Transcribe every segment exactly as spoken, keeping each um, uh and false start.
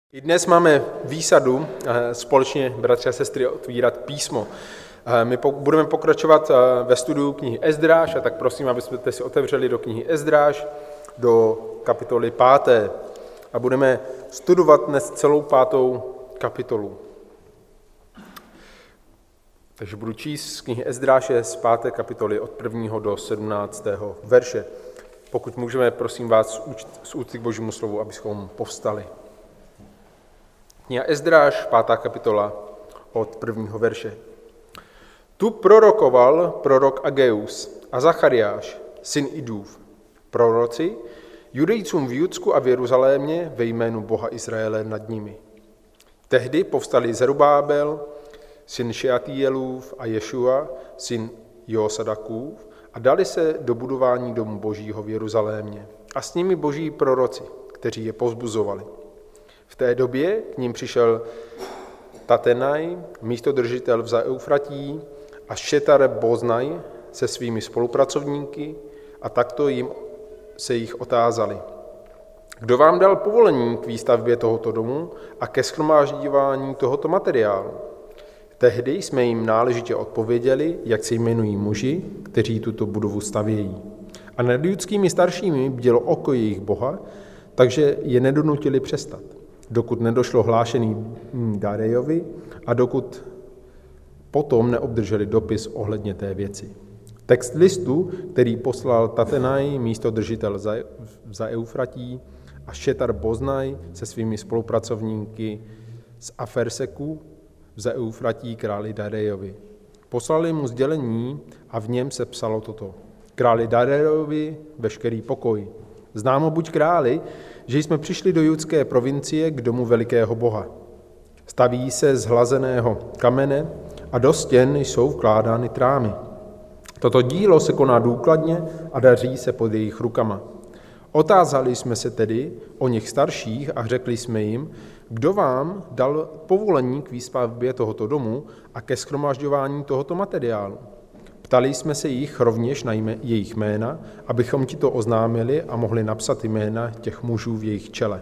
I dnes máme výsadu společně, bratři a sestry, otvírat písmo. My budeme pokračovat ve studiu knihy Ezdráž, a tak prosím, abyste si otevřeli do knihy Ezdráž, do kapitoly páté. A budeme studovat dnes celou pátou kapitolu. Takže budu číst z knihy Ezdráše z páté kapitoly od prvního do sedmnáctého verše. Pokud můžeme, prosím vás z úcty k Božímu slovu, abychom povstali. Kniha Ezdráž, pátá kapitola, od prvního verše. Tu prorokoval prorok Ageus a Zachariáš, syn Idův, proroci, Judejcům v Judsku a v Jeruzalémě ve jménu Boha Izraele nad nimi. Tehdy povstali Zerubábel, syn Šeatielův, a Ješua, syn Josadakův, a dali se do budování domu Božího v Jeruzalémě. A s nimi boží proroci, kteří je povzbuzovali. V té době k ním přišel Tatenaj, místodržitel v Eufratí, a Šetar Boznaj se svými spolupracovníky, a takto jim se jich otázali. Kdo vám dal povolení k výstavbě tohoto domu a ke shromážďování tohoto materiálu? Tehdy jsme jim náležitě odpověděli, jak se jmenují muži, kteří tuto budovu stavějí. A nad judskými staršími bdělo oko jejich Boha, takže je nedonutili přestat, dokud nedošlo hlášení Darejovi a dokud potom neobdrželi dopis ohledně té věci. Text listu, který poslal Tatenaj, místodržitel za Eufratí, a Šetar Boznaj se svými spolupracovníky z Aferseku za Eufratí králi Darejovi. Poslali mu sdělení a v něm se psalo toto. Králi Darejovi veškerý pokoj. Známo buď králi, že jsme přišli do judské provincie k domu velikého Boha. Staví se z hlazeného kamene a do stěn jsou vkládány trámy. Toto dílo se koná důkladně a daří se pod jejich rukama. Otázali jsme se tedy o nich starších a řekli jsme jim, kdo vám dal povolení k výstavbě tohoto domu a ke shromažďování tohoto materiálu. Ptali jsme se jich rovněž na jmé, jejich jména, abychom ti to oznámili a mohli napsat jména těch mužů v jejich čele.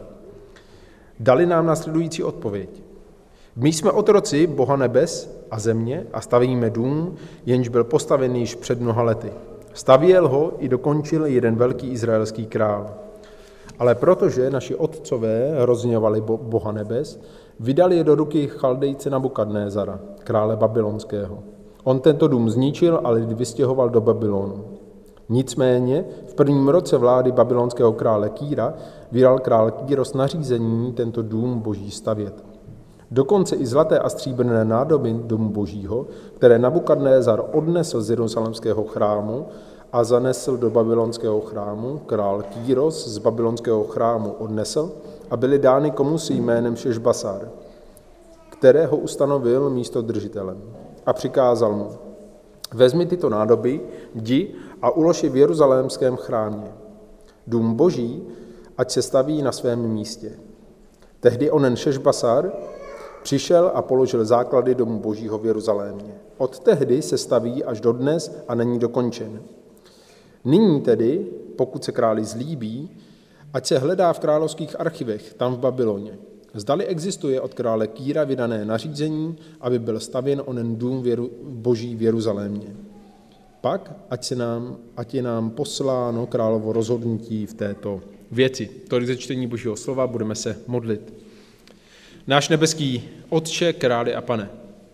Dali nám následující odpověď. My jsme otroci Boha nebes a země a stavíme dům, jenž byl postaven již před mnoha lety. Stavěl ho i dokončil jeden velký izraelský král. Ale protože naši otcové rozhněvali Boha nebes, vydali je do ruky Chaldejce Nabukadnézara, krále babylonského. On tento dům zničil a lid vystěhoval do Babylonu. Nicméně v prvním roce vlády babylonského krále Kýra vydal král Kýros nařízení tento dům boží stavět. Dokonce i zlaté a stříbrné nádoby domu božího, které Nabukadnézar odnesl z jeruzalémského chrámu a zanesl do babylonského chrámu, král Kýros z babylonského chrámu odnesl a byly dány komusi jménem Šešbasar, kterého ustanovil místodržitelem. A přikázal mu, vezmi tyto nádoby, jdi a ulož je v jeruzalémském chrámě. Dům boží, ať se staví na svém místě. Tehdy onen Šešbasar přišel a položil základy domu božího v Jeruzalémě. Od tehdy se staví až dodnes a není dokončen. Nyní tedy, pokud se králi zlíbí, ať se hledá v královských archivech, tam v Babyloně. Zdali existuje od krále Kýra vydané nařízení, aby byl stavěn onen dům boží v Jeruzalémě. Pak, ať, se nám, ať je nám posláno královo rozhodnutí v této věci. Tolik ze čtení božího slova, budeme se modlit. Náš nebeský Otče, králi a Pane,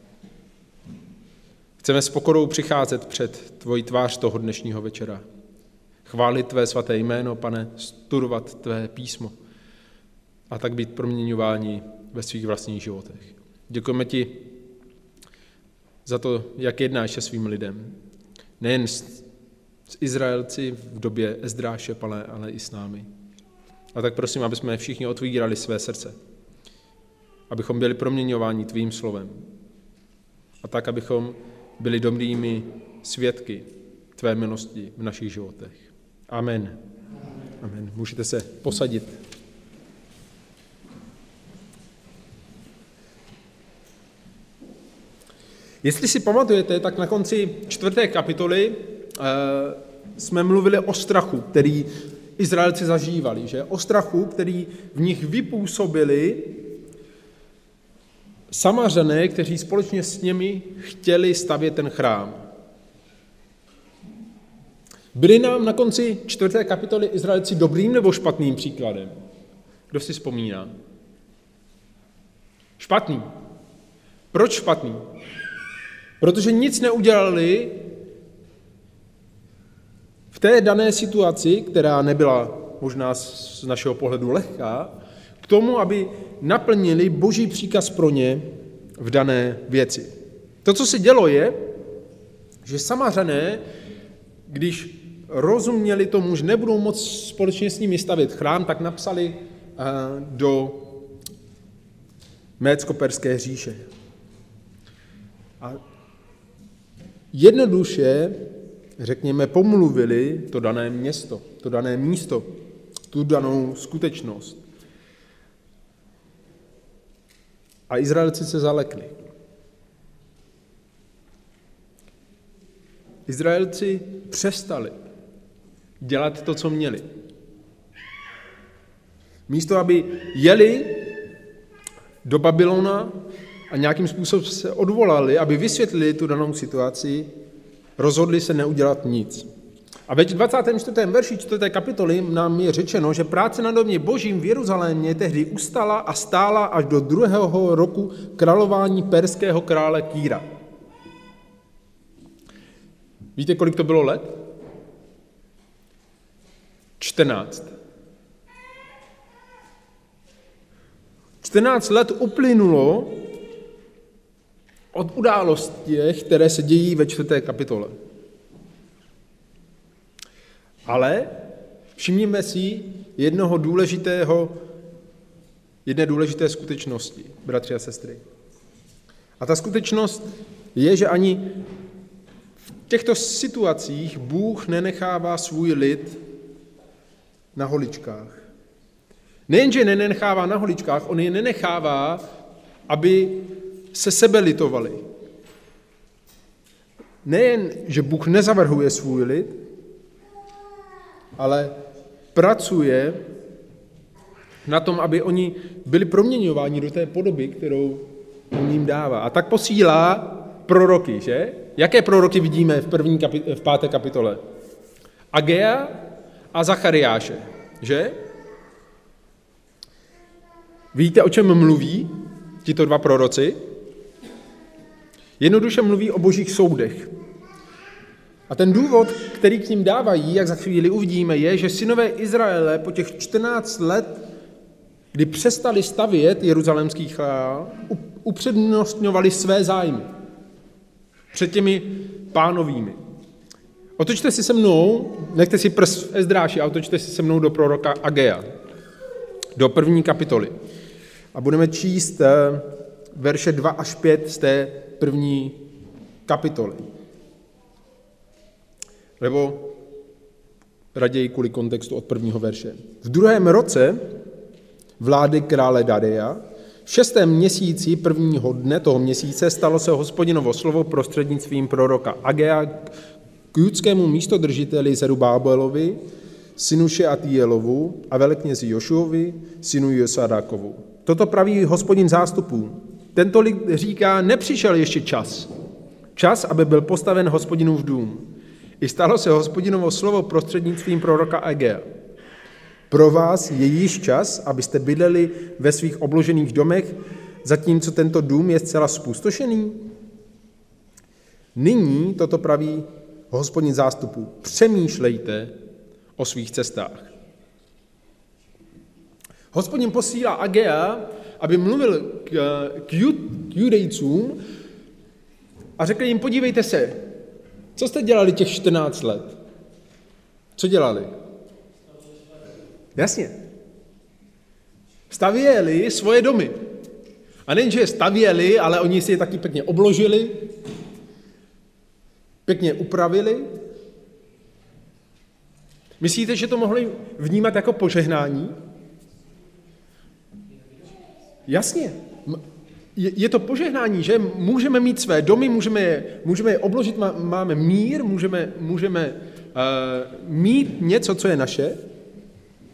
chceme s pokorou přicházet před tvoji tvář toho dnešního večera. Chválit tvé svaté jméno, Pane, studovat tvé písmo a tak být proměňováni ve svých vlastních životech. Děkujeme ti za to, jak jednáš se svým lidem. Nejen s, s Izraelci v době Ezdráše, Pane, ale i s námi. A tak prosím, aby jsme všichni otvírali své srdce, abychom byli proměňováni tvým slovem a tak, abychom byli dobrými svědky tvé milosti v našich životech. Amen. Amen. Můžete se posadit. Jestli si pamatujete, tak na konci čtvrté kapitoly eh, jsme mluvili o strachu, který Izraelci zažívali, že? O strachu, který v nich vypůsobili Samařané, kteří společně s nimi chtěli stavět ten chrám. Byli nám na konci čtvrté kapitoly Izraelci dobrým nebo špatným příkladem? Kdo si vzpomíná? Špatný. Proč špatný? Protože nic neudělali v té dané situaci, která nebyla možná z našeho pohledu lehká, k tomu, aby naplnili Boží příkaz pro ně v dané věci. To, co se dělo, je, že Samařané, když rozuměli tomu, že nebudou moct společně s nimi stavět chrám, tak napsali do Médsko-perské říše. A jednoduše, řekněme, pomluvili to dané město, to dané místo, tu danou skutečnost. A Izraelci se zalekli. Izraelci přestali dělat to, co měli. Místo, aby jeli do Babylona a nějakým způsobem se odvolali, aby vysvětlili tu danou situaci, rozhodli se neudělat nic. A ve dvacátém čtvrtém verši čtvrté kapitoly nám je řečeno, že práce na domě Božím v Jeruzalémě tehdy ustala a stála až do druhého roku králování perského krále Kýra. Víte, kolik to bylo let? čtrnáct. čtrnáct let uplynulo od událostí, které se dějí ve čtvrté kapitole. Ale všimněme si jednoho důležitého, jedné důležité skutečnosti, bratři a sestry. A ta skutečnost je, že ani v těchto situacích Bůh nenechává svůj lid na holičkách. Nejenže nenechává na holičkách, on je nenechává, aby se sebe litovali. Nejen, že Bůh nezavrhuje svůj lid, ale pracuje na tom, aby oni byli proměňováni do té podoby, kterou on jim dává. A tak posílá proroky, že? Jaké proroky vidíme v, první kapi- v páté kapitole? Agea a Zachariáše, že? Víte, o čem mluví tito dva proroci? Jednoduše mluví o božích soudech. A ten důvod, který k ním dávají, jak za chvíli uvidíme, je, že synové Izraele po těch čtrnáct let, kdy přestali stavět jeruzalémský chrám, upřednostňovali své zájmy před těmi pánovými. Otočte si se mnou, nechte si prst v Ezdráši a otočte si se mnou do proroka Agea, do první kapitoly. A budeme číst verše dva až pět z té první kapitoly. Nebo raději kvůli kontextu od prvního verše. V druhém roce vlády krále Dareja, v šestém měsíci prvního dne toho měsíce stalo se Hospodinovo slovo prostřednictvím proroka Agea k judskému místodržiteli Zerubábelovi, synu Šeatielovu a veleknězi Jošuovi, synu Josadákovu. Toto praví Hospodin zástupů. Tento lid říká, nepřišel ještě čas. Čas, aby byl postaven Hospodinův dům. I stalo se Hospodinovo slovo prostřednictvím proroka Agea. Pro vás je již čas, abyste bydleli ve svých obložených domech, zatímco tento dům je zcela zpustošený? Nyní toto praví Hospodin zástupů. Přemýšlejte o svých cestách. Hospodin posílá Agea, aby mluvil k, k, jud, k judejcům a řekl jim, podívejte se, co jste dělali těch čtrnáct let? Co dělali? Jasně. Stavěli svoje domy. A nejenže je stavěli, ale oni si je taky pěkně obložili, pěkně upravili. Myslíte, že to mohli vnímat jako požehnání? Jasně. Je to požehnání, že můžeme mít své domy, můžeme je, můžeme je obložit, máme mír, můžeme, můžeme uh, mít něco, co je naše,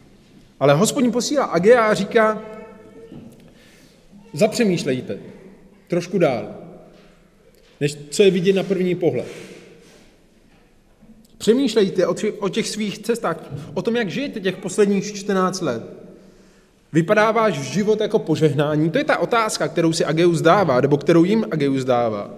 ale Hospodin posílá Agea a říká, zapřemýšlejte. trošku dál, než co je vidět na první pohled. Přemýšlejte o těch, o těch svých cestách, o tom, jak žijete těch posledních čtrnáct let. Vypadá váš život jako požehnání? To je ta otázka, kterou si Ageus dává, nebo kterou jim Ageus dává.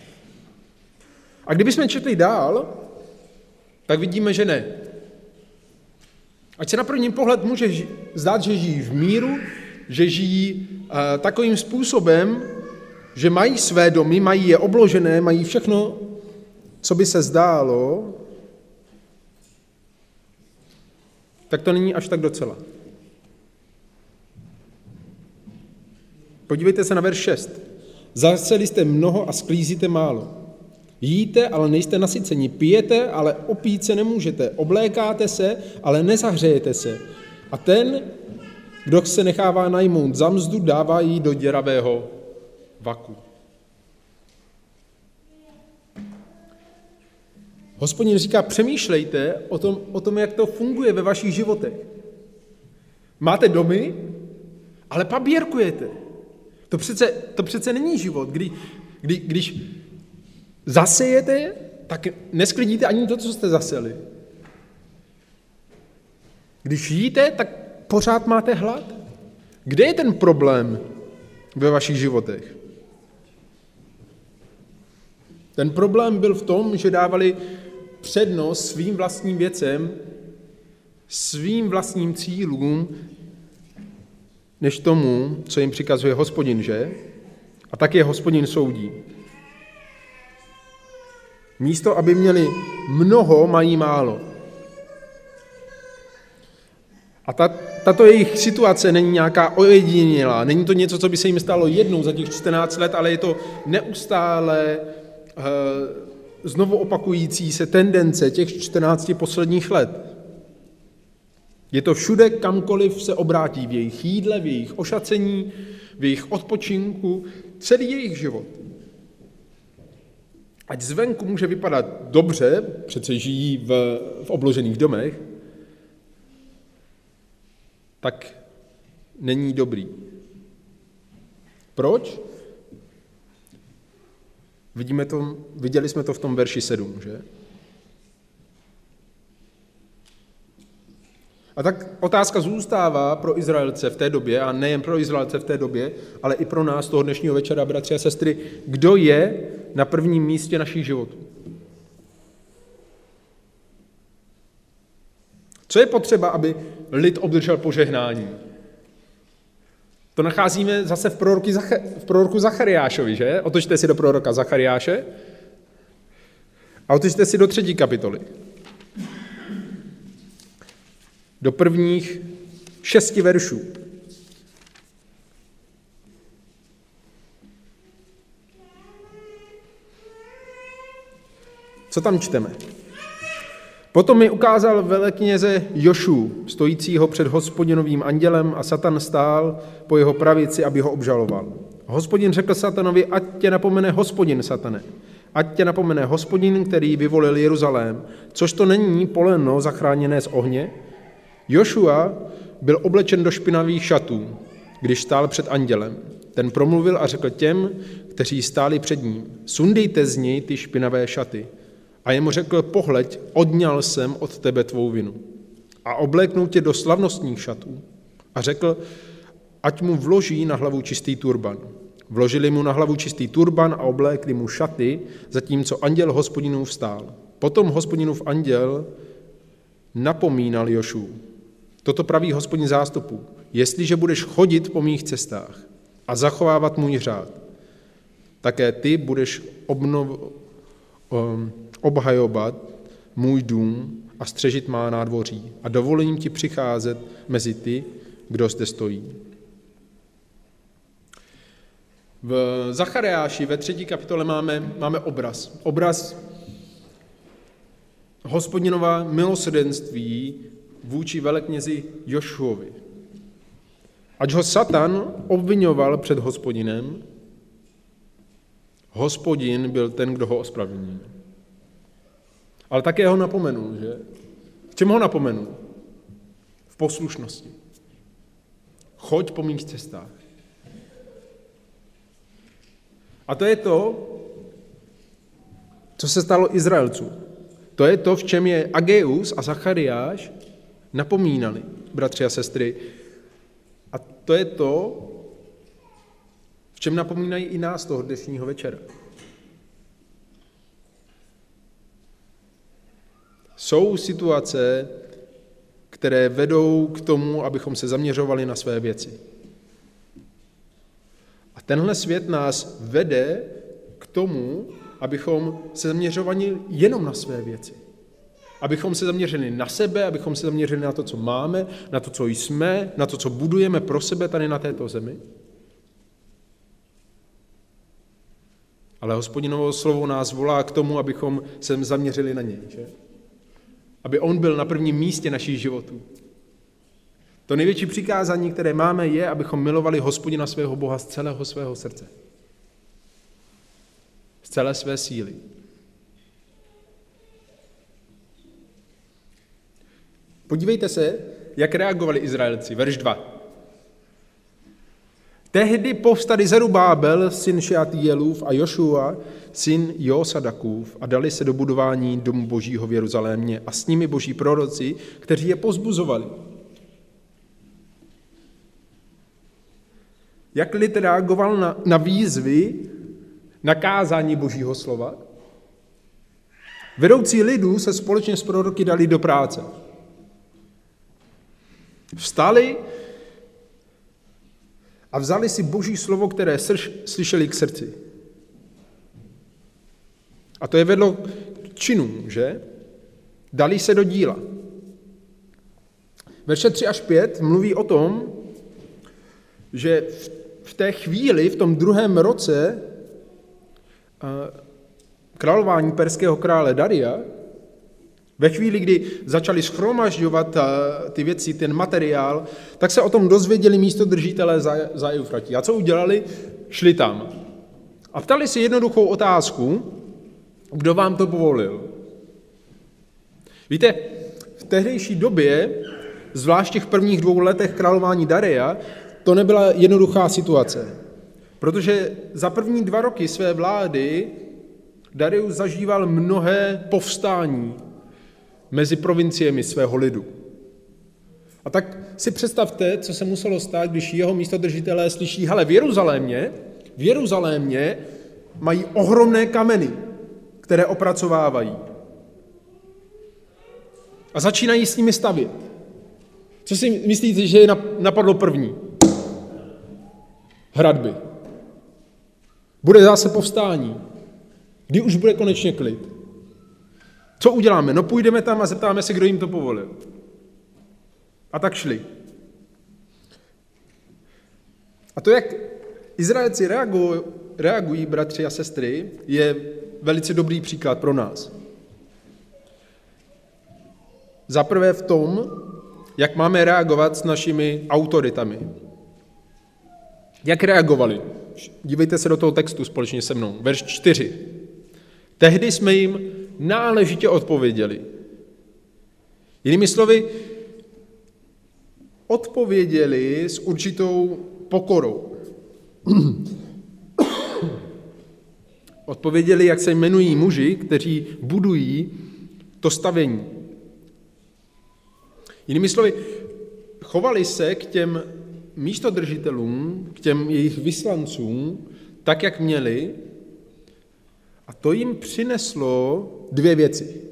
A kdybychom četli dál, tak vidíme, že ne. Ať se na první pohled může zdát, že žijí v míru, že žijí uh, takovým způsobem, že mají své domy, mají je obložené, mají všechno, co by se zdálo, tak to není až tak docela. Podívejte se na verš šest. Zaseli jste mnoho a sklízíte málo. Jíte, ale nejste nasyceni. Pijete, ale opít se nemůžete. Oblékáte se, ale nezahřejete se. A ten, kdo se nechává najmout za mzdu, dává jí do děravého vaku. Hospodin říká, přemýšlejte o tom, o tom, jak to funguje ve vašich životech. Máte domy, ale paběrkujete. To přece, to přece není život. Kdy, kdy, když zasejete, tak nesklidíte ani to, co jste zaseli. Když jíte, tak pořád máte hlad. Kde je ten problém ve vašich životech? Ten problém byl v tom, že dávali přednost svým vlastním věcem, svým vlastním cílům, než tomu, co jim přikazuje Hospodin, že? A tak je Hospodin soudí. Místo, aby měli mnoho, mají málo. A ta, tato jejich situace není nějaká ojedinělá, není to něco, co by se jim stalo jednou za těch čtrnáct let, ale je to neustále uh, znovu opakující se tendence těch čtrnácti posledních let. Je to všude, kamkoliv se obrátí, v jejich jídle, v jejich ošacení, v jejich odpočinku, celý jejich život. Ať zvenku může vypadat dobře, přece žijí v, v obložených domech, tak není dobrý. Proč? Vidíme to, viděli jsme to v tom verši sedm, že? A tak otázka zůstává pro Izraelce v té době, a nejen pro Izraelce v té době, ale i pro nás toho dnešního večera, bratři a sestry, kdo je na prvním místě našich životů? Co je potřeba, aby lid obdržel požehnání? To nacházíme zase v proroku, Zach- v proroku Zachariášovi, že? Otočte si do proroka Zachariáše a otočte si do třetí kapitoly. Do prvních šesti veršů. Co tam čteme? Potom mi ukázal velekněze Jošu, stojícího před Hospodinovým andělem, a Satan stál po jeho pravici, aby ho obžaloval. Hospodin řekl Satanovi, ať tě napomene Hospodin, Satane. Ať tě napomene Hospodin, který vyvolil Jeruzalém, což to není poleno zachráněné z ohně. Jošua byl oblečen do špinavých šatů, když stál před andělem. Ten promluvil a řekl těm, kteří stáli před ním, sundejte z něj ty špinavé šaty. A jemu řekl, pohleď, odňal jsem od tebe tvou vinu. A obléknul tě do slavnostních šatů. A řekl, ať mu vloží na hlavu čistý turban. Vložili mu na hlavu čistý turban a oblékli mu šaty, zatímco anděl Hospodinův vstál. Potom Hospodinův anděl napomínal Jošu. Toto praví Hospodin zástupů. Jestliže budeš chodit po mých cestách a zachovávat můj řád, také ty budeš obnov, um, obhajovat můj dům a střežit má nádvoří a dovolím ti přicházet mezi ty, kdo zde stojí. V Zachariáši ve třetí kapitole máme, máme obraz. Obraz Hospodinova milosrdenství vůči veleknězi Jošuovi. Ač ho Satan obvinoval před Hospodinem, Hospodin byl ten, kdo ho ospravedlnil. Ale také ho napomenul, že? V čem ho napomenul? V poslušnosti. Choď po mých cestách. A to je to, co se stalo Izraelcům. To je to, v čem je Ageus a Zachariáš napomínali, bratři a sestry. A to je to, v čem napomínají i nás toho dnešního večera. Jsou situace, které vedou k tomu, abychom se zaměřovali na své věci. A tenhle svět nás vede k tomu, abychom se zaměřovali jenom na své věci. Abychom se zaměřili na sebe, abychom se zaměřili na to, co máme, na to, co jsme, na to, co budujeme pro sebe tady na této zemi. Ale Hospodinovo slovo nás volá k tomu, abychom se zaměřili na něj, že? Aby on byl na prvním místě našich životů. To největší přikázání, které máme, je, abychom milovali Hospodina svého Boha z celého svého srdce. Z celé své síly. Podívejte se, jak reagovali Izraelci. Verš dva. Tehdy povstali Zerubábel, syn Šealtielův, a Jošua, syn Josadakův, a dali se do budování domu Božího v Jeruzalémě a s nimi boží proroci, kteří je povzbuzovali. Jak lid reagoval na, na výzvy, na kázání Božího slova? Vedoucí lidu se společně s proroky dali do práce. Vstali a vzali si Boží slovo, které slyšeli k srdci. A to je vedlo k činům, že? Dali se do díla. Verše tři až pět mluví o tom, že v té chvíli, v tom druhém roce králování perského krále Daria, ve chvíli, kdy začali shromažďovat ty věci, ten materiál, tak se o tom dozvěděli místodržitelé za, za Eufratí. A co udělali? Šli tam. A ptali si jednoduchou otázku, kdo vám to povolil. Víte, v tehdejší době, zvláště v prvních dvou letech králování Daria, to nebyla jednoduchá situace. Protože za první dva roky své vlády Darius zažíval mnohé povstání mezi provinciemi svého lidu. A tak si představte, co se muselo stát, když jeho místodržitelé slyší, hele, v Jeruzalémě, v Jeruzalémě mají ohromné kameny, které opracovávají. A začínají s nimi stavět. Co si myslíte, že je napadlo první? Hradby. Bude zase povstání. Kdy už bude konečně klid? Co uděláme? No půjdeme tam a zeptáme se, kdo jim to povolil. A tak šli. A to, jak Izraelci reagují, reagují, bratři a sestry, je velice dobrý příklad pro nás. Za prvé v tom, jak máme reagovat s našimi autoritami. Jak reagovali? Dívejte se do toho textu společně se mnou. Verš čtyři. Tehdy jsme jim náležitě odpověděli. Jinými slovy, odpověděli s určitou pokorou. Odpověděli, jak se jmenují muži, kteří budují to stavení. Jinými slovy, chovali se k těm místodržitelům, k těm jejich vyslancům, tak, jak měli, a to jim přineslo dvě věci.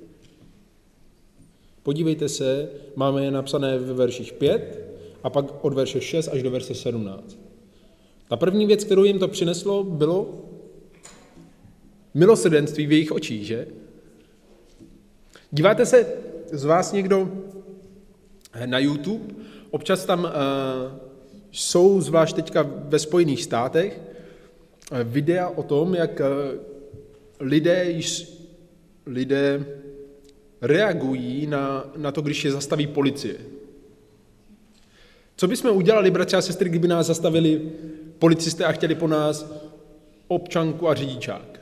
Podívejte se, máme je napsané ve verších pět a pak od verše šest až do verše sedmnáct. Ta první věc, kterou jim to přineslo, bylo milosrdenství v jejich očích, že? Díváte se z vás někdo na YouTube? Občas tam uh, jsou, zvlášť teďka ve Spojených státech, uh, videa o tom, jak uh, lidé, již, lidé reagují na, na to, když je zastaví policie. Co bychom udělali, bratři a sestry, kdyby nás zastavili policisté a chtěli po nás občanku a řidičák?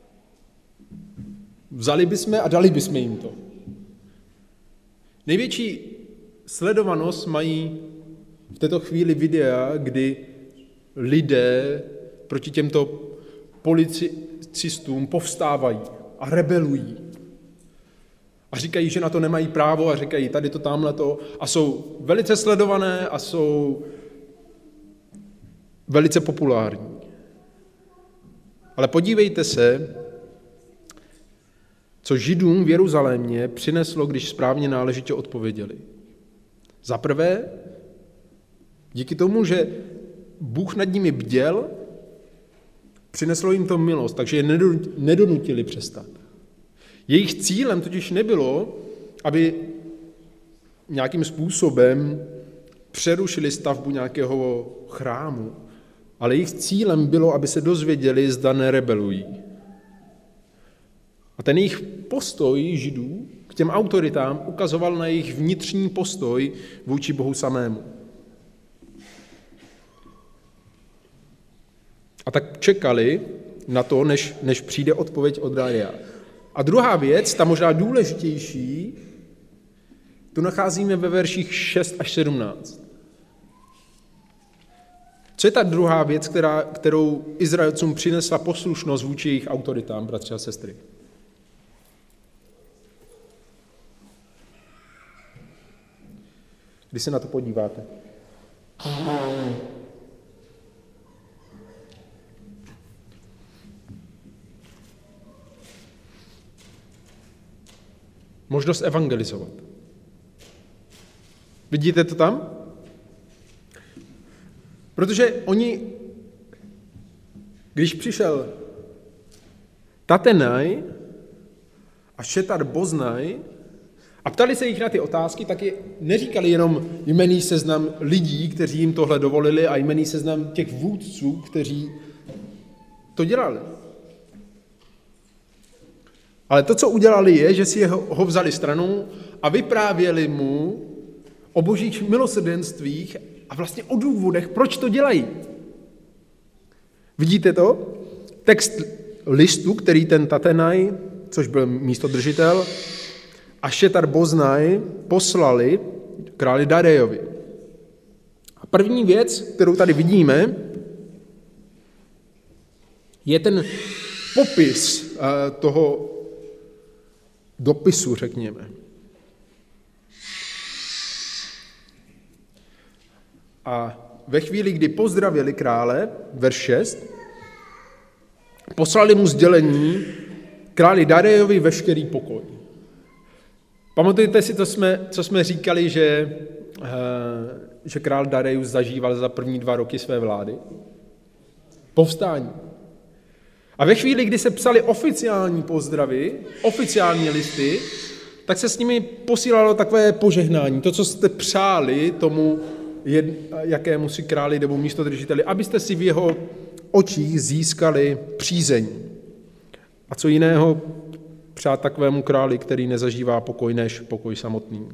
Vzali bychom a dali bychom jim to. Největší sledovanost mají v této chvíli videa, kdy lidé proti těmto policistům povstávají a rebelují. A říkají, že na to nemají právo a říkají tady to, tamhle to a jsou velice sledované a jsou velice populární. Ale podívejte se, co Židům v Jeruzalémě přineslo, když správně náležitě odpověděli. Za prvé, díky tomu, že Bůh nad nimi bděl, přineslo jim to milost, takže je nedonutili přestat. Jejich cílem totiž nebylo, aby nějakým způsobem přerušili stavbu nějakého chrámu, ale jejich cílem bylo, aby se dozvěděli, zda nerebelují. A ten jejich postoj Židů k těm autoritám ukazoval na jejich vnitřní postoj vůči Bohu samému. A tak čekali na to, než, než přijde odpověď od Dária. A druhá věc, ta možná důležitější, tu nacházíme ve verších šest až sedmnáct. Co je ta druhá věc, která, kterou Izraelcům přinesla poslušnost vůči jejich autoritám, bratři a sestry? Když se na to podíváte. Možnost evangelizovat. Vidíte to tam? Protože oni, když přišel Tatenaj a Šetar Boznaj a ptali se jich na ty otázky, tak je neříkali jenom jmenný seznam lidí, kteří jim tohle dovolili a jmenný seznam těch vůdců, kteří to dělali. Ale to, co udělali, je, že si ho, ho vzali stranou a vyprávěli mu o božích milosrdenstvích a vlastně o důvodech, proč to dělají. Vidíte to? Text listu, který ten Tatenaj, což byl místodržitel, a Šetar Boznaj poslali králi Darejovi. A první věc, kterou tady vidíme, je ten popis toho dopisu, řekněme. A ve chvíli, kdy pozdravili krále, verš šest, poslali mu sdělení králi Darejovi veškerý pokoj. Pamatujete si, to jsme, co jsme říkali, že, že král Darejus zažíval za první dva roky své vlády? Povstání. A ve chvíli, kdy se psali oficiální pozdravy, oficiální listy, tak se s nimi posílalo takové požehnání. To, co jste přáli tomu, jakému si králi nebo místodržiteli, abyste si v jeho očích získali přízeň. A co jiného přát takovému králi, který nezažívá pokoj než pokoj samotný.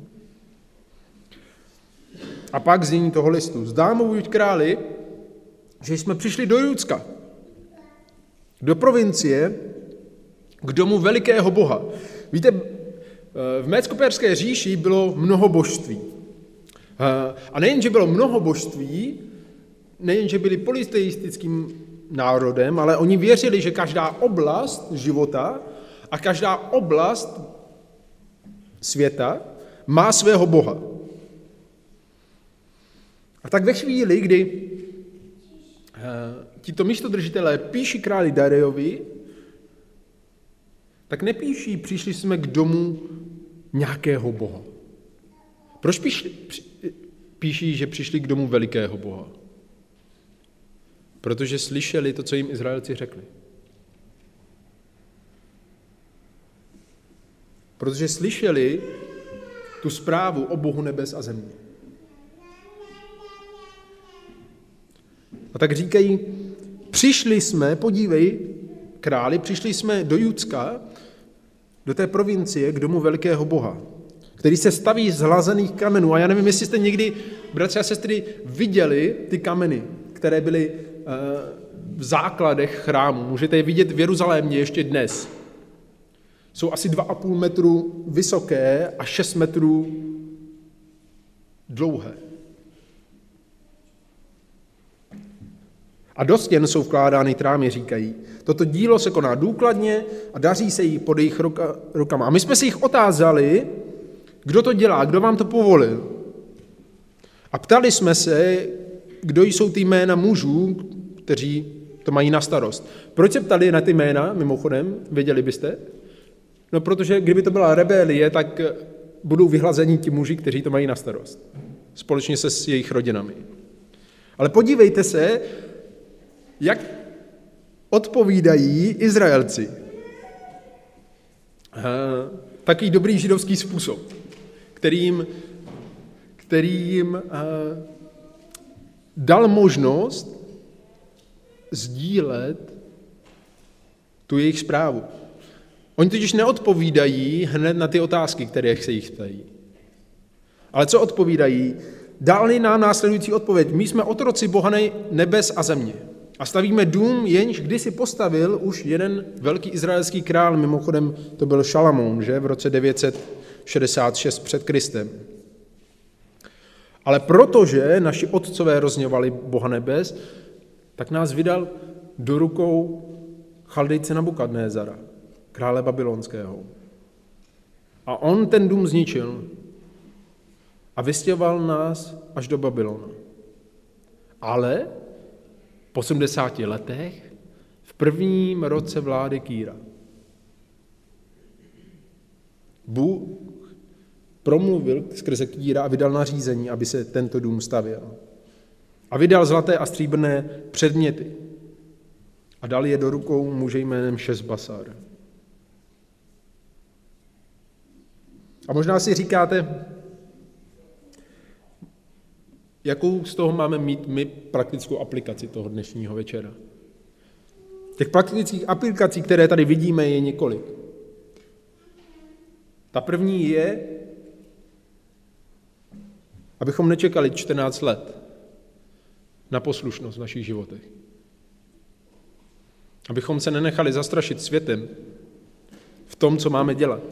A pak znění toho listu. Zdámo buď králi, že jsme přišli do Judska, do provincie, k domu velikého Boha. Víte, v Mécko-Perské říši bylo mnoho božství. A nejen, že bylo mnoho božství, nejen, že byli politeistickým národem, ale oni věřili, že každá oblast života a každá oblast světa má svého Boha. A tak ve chvíli, kdy tito místodržitelé píší králi Darejovi, tak nepíší, přišli jsme k domu nějakého Boha. Proč píši, píší, že přišli k domu velikého Boha? Protože slyšeli to, co jim Izraelci řekli. Protože slyšeli tu zprávu o Bohu nebes a země. A tak říkají, přišli jsme, podívej, králi, přišli jsme do Judska, do té provincie, k domu velikého Boha, který se staví z hlazených kamenů. A já nevím, jestli jste někdy, bratři a sestry, viděli ty kameny, které byly v základech chrámu. Můžete je vidět v Jeruzalémě ještě dnes. Jsou asi dva a půl metru vysoké a šest metrů dlouhé. A do stěn jsou vkládány trámy, říkají. Toto dílo se koná důkladně a daří se jí pod jejich ruka, rukama. A my jsme si jich otázali, kdo to dělá, kdo vám to povolil. A ptali jsme se, kdo jsou ty jména mužů, kteří to mají na starost. Proč se ptali na ty jména, mimochodem, věděli byste? No, protože kdyby to byla rebelie, tak budou vyhlazeni ti muži, kteří to mají na starost. Společně se s jejich rodinami. Ale podívejte se, jak odpovídají Izraelci. Takový dobrý židovský způsob, kterým, kterým dal možnost sdílet tu jejich zprávu. Oni totiž neodpovídají hned na ty otázky, které se jich ptají. Ale co odpovídají? Dali nám následující odpověď. My jsme otroci Boha nebes a země. A stavíme dům, jenž kdysi postavil už jeden velký izraelský král, mimochodem to byl Šalamoun, že, v roce devět set šedesát šest před Kristem. Ale protože naši otcové rozhněvali Boha nebes, tak nás vydal do rukou Chaldejce Nabukadnézara, krále babylonského. A on ten dům zničil a vystěhoval nás až do Babylona. Ale po osmdesáti letech, v prvním roce vlády Kýra, Bůh promluvil skrze Kýra a vydal nařízení, aby se tento dům stavěl. A vydal zlaté a stříbrné předměty a dal je do rukou muže jménem Šesbasar. A možná si říkáte, jakou z toho máme mít my praktickou aplikaci toho dnešního večera. Těch praktických aplikací, které tady vidíme, je několik. Ta první je, abychom nečekali čtrnáct let na poslušnost v našich životech. Abychom se nenechali zastrašit světem v tom, co máme dělat.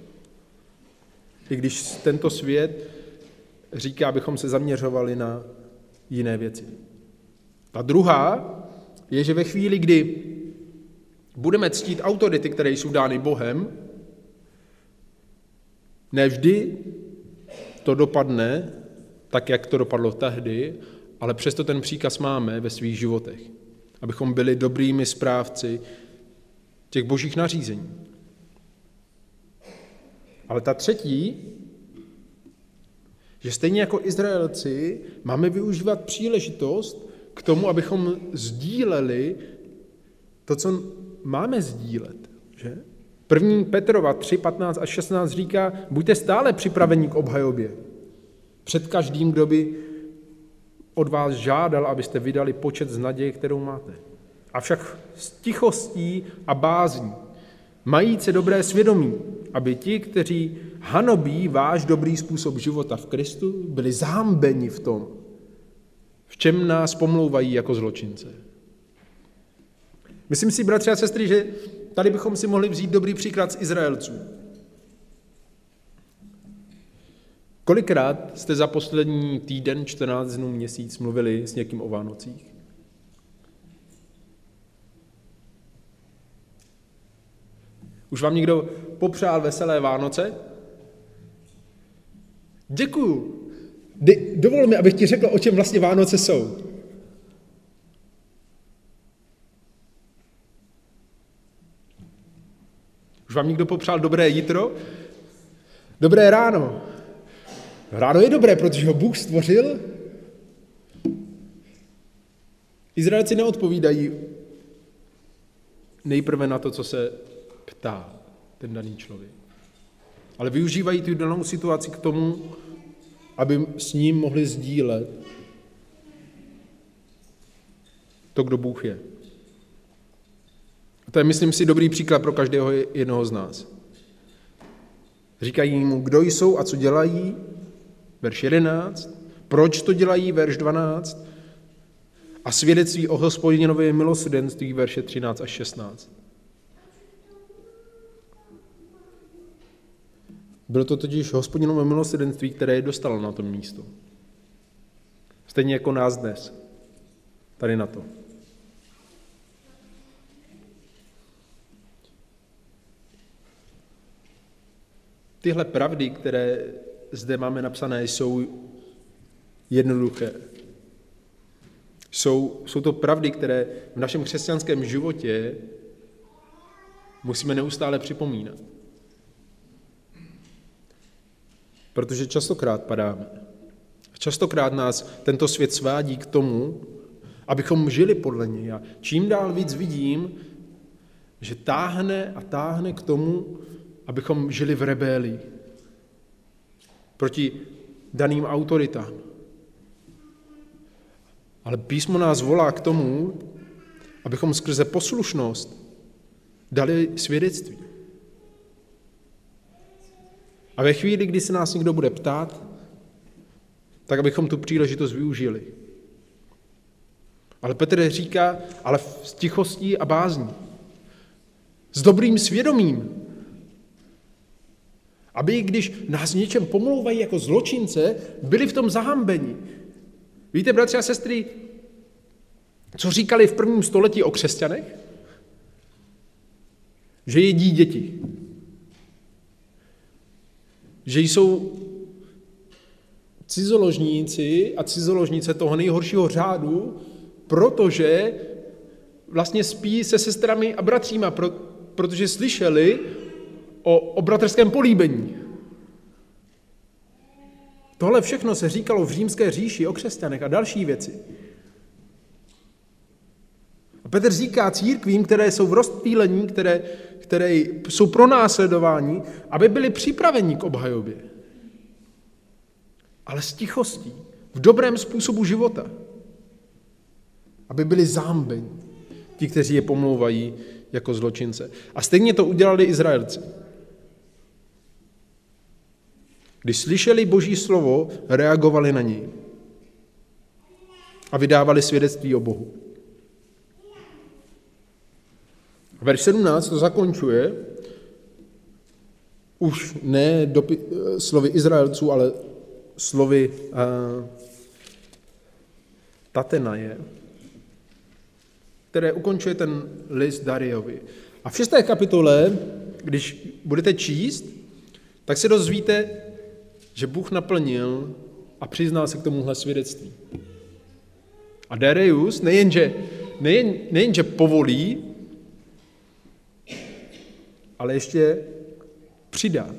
I když tento svět říká, abychom se zaměřovali na jiné věci. Ta druhá je, že ve chvíli, kdy budeme ctít autority, které jsou dány Bohem, nevždy to dopadne tak, jak to dopadlo tehdy, ale přesto ten příkaz máme ve svých životech, abychom byli dobrými správci těch božích nařízení. Ale ta třetí, že stejně jako Izraelci máme využívat příležitost k tomu, abychom sdíleli to, co máme sdílet. Že? První Petrova tři, patnáct a šestnáct říká, buďte stále připraveni k obhajobě. Před každým, kdo by od vás žádal, abyste vydali počet z naděje, kterou máte. Avšak s tichostí a bázní, majíce dobré svědomí, aby ti, kteří hanobí váš dobrý způsob života v Kristu, byli zahambeni v tom, v čem nás pomlouvají jako zločince. Myslím si, bratři a sestry, že tady bychom si mohli vzít dobrý příklad z Izraelců. Kolikrát jste za poslední týden, čtrnáct dnů, měsíc mluvili s někým o Vánocích? Už vám někdo popřál veselé Vánoce? Děkuju. Dovol mi, abych ti řekl, o čem vlastně Vánoce jsou. Už vám někdo popřál dobré jitro? Dobré ráno. Ráno je dobré, protože ho Bůh stvořil. Izraelci neodpovídají nejprve na to, co se ptá ten daný člověk. Ale využívají tu danou situaci k tomu, aby s ním mohli sdílet to, kdo Bůh je. A to je, myslím si, dobrý příklad pro každého jednoho z nás. Říkají mu, kdo jsou a co dělají, verš jedenáct, proč to dělají, verš dvanáct, a svědectví o Hospodinově milosrdenství, verše třináct až šestnáct. Bylo to totiž Hospodinovo milosrdenství, které je dostalo na to místo. Stejně jako nás dnes. Tady na to. tyhle pravdy, které zde máme napsané, jsou jednoduché. Jsou, jsou to pravdy, které v našem křesťanském životě musíme neustále připomínat. Protože častokrát padáme. Častokrát nás tento svět svádí k tomu, abychom žili podle něj. A čím dál víc vidím, že táhne a táhne k tomu, abychom žili v rebélii proti daným autoritám. Ale písmo nás volá k tomu, abychom skrze poslušnost dali svědectví. A ve chvíli, kdy se nás někdo bude ptát, tak abychom tu příležitost využili. Ale Petr říká, ale s tichostí a bázní. S dobrým svědomím. Aby, když nás něčem pomlouvají jako zločince, byli v tom zahambeni. Víte, bratři a sestry, co říkali v prvním století o křesťanech? Že jedí děti. Že jsou cizoložníci a cizoložnice toho nejhoršího řádu, protože vlastně spí se sestrami a bratříma, protože slyšeli o, o bratrském políbení. Tohle všechno se říkalo v římské říši o křesťanech a další věci. A Petr říká církvím, které jsou v rozptýlení, které, které jsou pro následování, aby byli připraveni k obhajobě. Ale s tichostí, v dobrém způsobu života. Aby byli zahambeni, ti, kteří je pomlouvají jako zločince. A stejně to udělali Izraelci. Když slyšeli Boží slovo, reagovali na něj a vydávali svědectví o Bohu. Verš sedmnáct to zakončuje už ne dopi- slovy Izraelců, ale slovy uh, Tatenaje, které ukončuje ten list Dariovi. A v šesté kapitole, když budete číst, tak se dozvíte, že Bůh naplnil a přiznal se k tomuhle svědectví. A Darius nejenže, nejen, nejenže povolí, ale ještě přidá.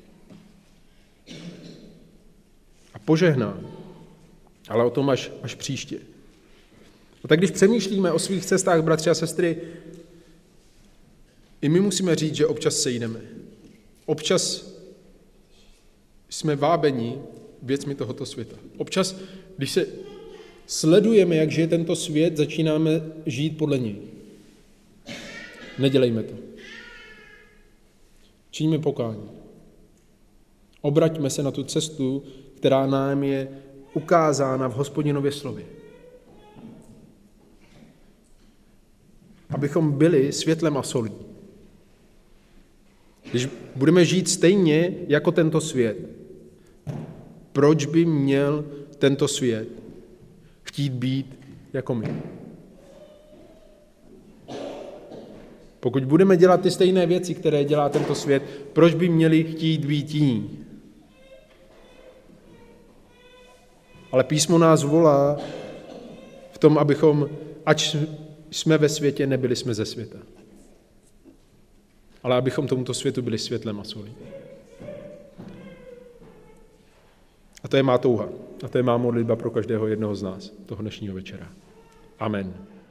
A požehná. Ale o tom až, až příště. A tak když přemýšlíme o svých cestách, bratři a sestry, i my musíme říct, že občas sejdeme. Občas jsme vábeni věcmi tohoto světa. Občas, když se sledujeme, jak žije tento svět, začínáme žít podle něj. Nedělejme to. Čiňme pokání. Obraťme se na tu cestu, která nám je ukázána v Hospodinově slově. Abychom byli světlem a solí. Když budeme žít stejně jako tento svět, proč by měl tento svět chtít být jako my? Pokud budeme dělat ty stejné věci, které dělá tento svět, proč by měli chtít být jiní? Ale písmo nás volá v tom, abychom, ač jsme ve světě, nebyli jsme ze světa. Ale abychom tomuto světu byli světlem a solí. A to je má touha. A to je má modlitba pro každého jednoho z nás toho dnešního večera. Amen.